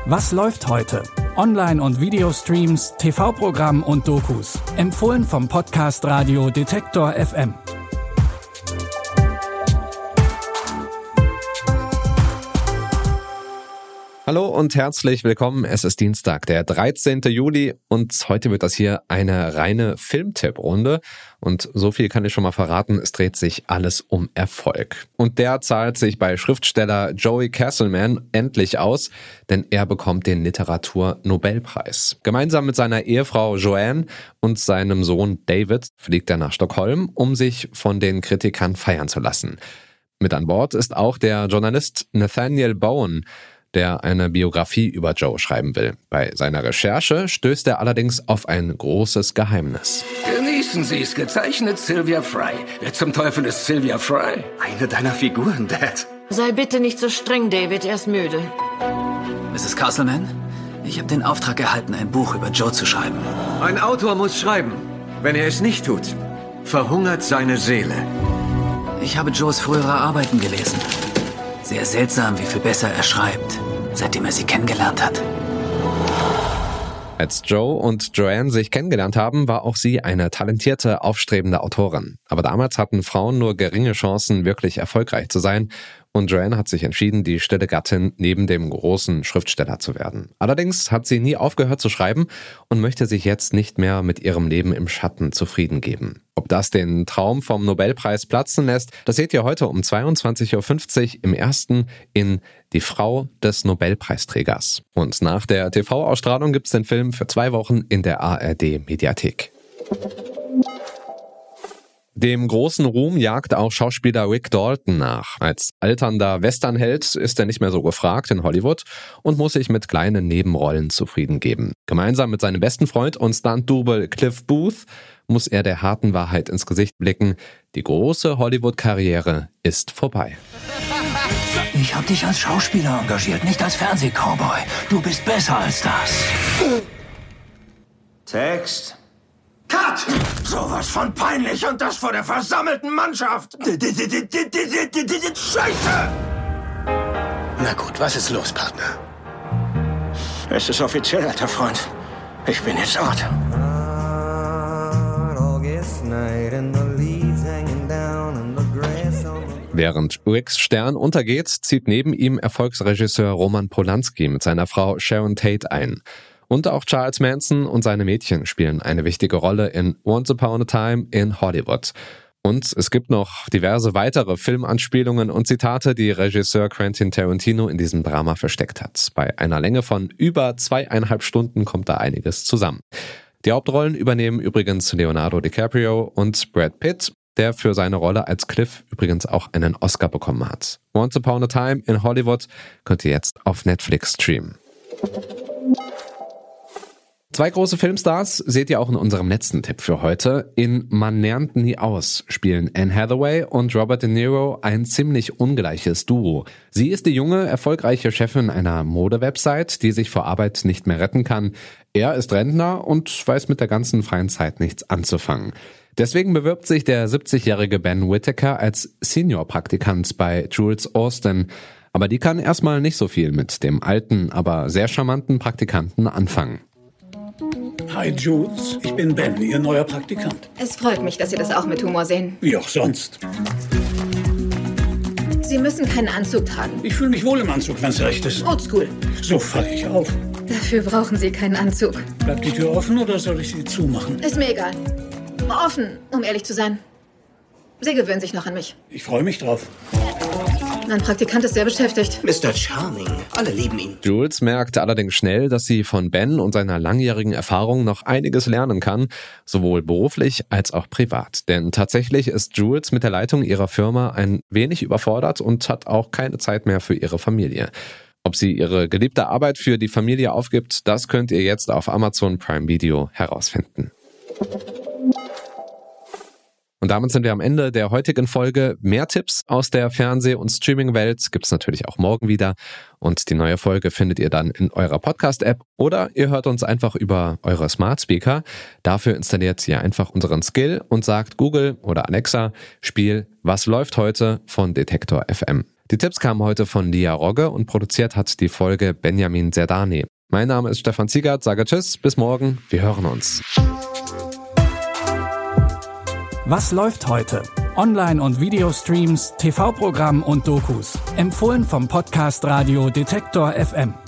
Was läuft heute? Online- und Videostreams, TV-Programm und Dokus. Empfohlen vom Podcast Radio Detektor FM. Hallo und herzlich willkommen. Es ist Dienstag, der 13. Juli und heute wird das hier eine reine Filmtipp-Runde. Und so viel kann ich schon mal verraten, es dreht sich alles um Erfolg. Und der zahlt sich bei Schriftsteller Joey Castleman endlich aus, denn er bekommt den Literatur-Nobelpreis. Gemeinsam mit seiner Ehefrau Joanne und seinem Sohn David fliegt er nach Stockholm, um sich von den Kritikern feiern zu lassen. Mit an Bord ist auch der Journalist Nathaniel Bowen, der eine Biografie über Joe schreiben will. Bei seiner Recherche stößt er allerdings auf ein großes Geheimnis. Genießen Sie es, gezeichnet Sylvia Fry. Wer zum Teufel ist Sylvia Fry? Eine deiner Figuren, Dad. Sei bitte nicht so streng, David, er ist müde. Mrs. Castleman, ich habe den Auftrag erhalten, ein Buch über Joe zu schreiben. Ein Autor muss schreiben. Wenn er es nicht tut, verhungert seine Seele. Ich habe Joes frühere Arbeiten gelesen. Sehr seltsam, wie viel besser er schreibt, seitdem er sie kennengelernt hat. Als Joe und Joanne sich kennengelernt haben, war auch sie eine talentierte, aufstrebende Autorin. Aber damals hatten Frauen nur geringe Chancen, wirklich erfolgreich zu sein. Und Joanne hat sich entschieden, die stille Gattin neben dem großen Schriftsteller zu werden. Allerdings hat sie nie aufgehört zu schreiben und möchte sich jetzt nicht mehr mit ihrem Leben im Schatten zufrieden geben. Ob das den Traum vom Nobelpreis platzen lässt, das seht ihr heute um 22.50 Uhr im ersten in Die Frau des Nobelpreisträgers. Und nach der TV-Ausstrahlung gibt's den Film für 2 Wochen in der ARD-Mediathek. Dem großen Ruhm jagt auch Schauspieler Rick Dalton nach. Als alternder Westernheld ist er nicht mehr so gefragt in Hollywood und muss sich mit kleinen Nebenrollen zufrieden geben. Gemeinsam mit seinem besten Freund und Stunt-Double Cliff Booth muss er der harten Wahrheit ins Gesicht blicken. Die große Hollywood-Karriere ist vorbei. Ich habe dich als Schauspieler engagiert, nicht als Fernseh-Cowboy. Du bist besser als das. Text. Cut! Sowas von peinlich und das vor der versammelten Mannschaft. Scheiße! Na gut, was ist los, Partner? Es ist offiziell, alter Freund. Ich bin jetzt out. Während Ricks Stern untergeht, zieht neben ihm Erfolgsregisseur Roman Polanski mit seiner Frau Sharon Tate ein. Und auch Charles Manson und seine Mädchen spielen eine wichtige Rolle in Once Upon a Time in Hollywood. Und es gibt noch diverse weitere Filmanspielungen und Zitate, die Regisseur Quentin Tarantino in diesem Drama versteckt hat. Bei einer Länge von über 2,5 Stunden kommt da einiges zusammen. Die Hauptrollen übernehmen übrigens Leonardo DiCaprio und Brad Pitt, der für seine Rolle als Cliff übrigens auch einen Oscar bekommen hat. Once Upon a Time in Hollywood könnt ihr jetzt auf Netflix streamen. 2 große Filmstars seht ihr auch in unserem letzten Tipp für heute. In Man lernt nie aus spielen Anne Hathaway und Robert De Niro ein ziemlich ungleiches Duo. Sie ist die junge, erfolgreiche Chefin einer Modewebsite, die sich vor Arbeit nicht mehr retten kann. Er ist Rentner und weiß mit der ganzen freien Zeit nichts anzufangen. Deswegen bewirbt sich der 70-jährige Ben Whittaker als Senior-Praktikant bei Jules Austin. Aber die kann erstmal nicht so viel mit dem alten, aber sehr charmanten Praktikanten anfangen. Hi Jules, ich bin Ben, Ihr neuer Praktikant. Es freut mich, dass Sie das auch mit Humor sehen. Wie auch sonst. Sie müssen keinen Anzug tragen. Ich fühle mich wohl im Anzug, wenn's recht ist. Oldschool. So falle ich auf. Dafür brauchen Sie keinen Anzug. Bleibt die Tür offen oder soll ich sie zumachen? Ist mir egal. Offen, um ehrlich zu sein. Sie gewöhnen sich noch an mich. Ich freue mich drauf. Mein Praktikant ist sehr beschäftigt. Mr. Charming, alle lieben ihn. Jules merkt allerdings schnell, dass sie von Ben und seiner langjährigen Erfahrung noch einiges lernen kann, sowohl beruflich als auch privat. Denn tatsächlich ist Jules mit der Leitung ihrer Firma ein wenig überfordert und hat auch keine Zeit mehr für ihre Familie. Ob sie ihre geliebte Arbeit für die Familie aufgibt, das könnt ihr jetzt auf Amazon Prime Video herausfinden. Und damit sind wir am Ende der heutigen Folge. Mehr Tipps aus der Fernseh- und Streaming-Welt gibt's natürlich auch morgen wieder. Und die neue Folge findet ihr dann in eurer Podcast-App oder ihr hört uns einfach über eure Smart Speaker. Dafür installiert ihr einfach unseren Skill und sagt Google oder Alexa, Spiel Was läuft heute von Detektor FM. Die Tipps kamen heute von Lia Rogge und produziert hat die Folge Benjamin Zerdani. Mein Name ist Stefan Ziegert, sage Tschüss, bis morgen, wir hören uns. Was läuft heute? Online- und Videostreams, TV-Programm und Dokus. Empfohlen vom Podcast Radio Detektor FM.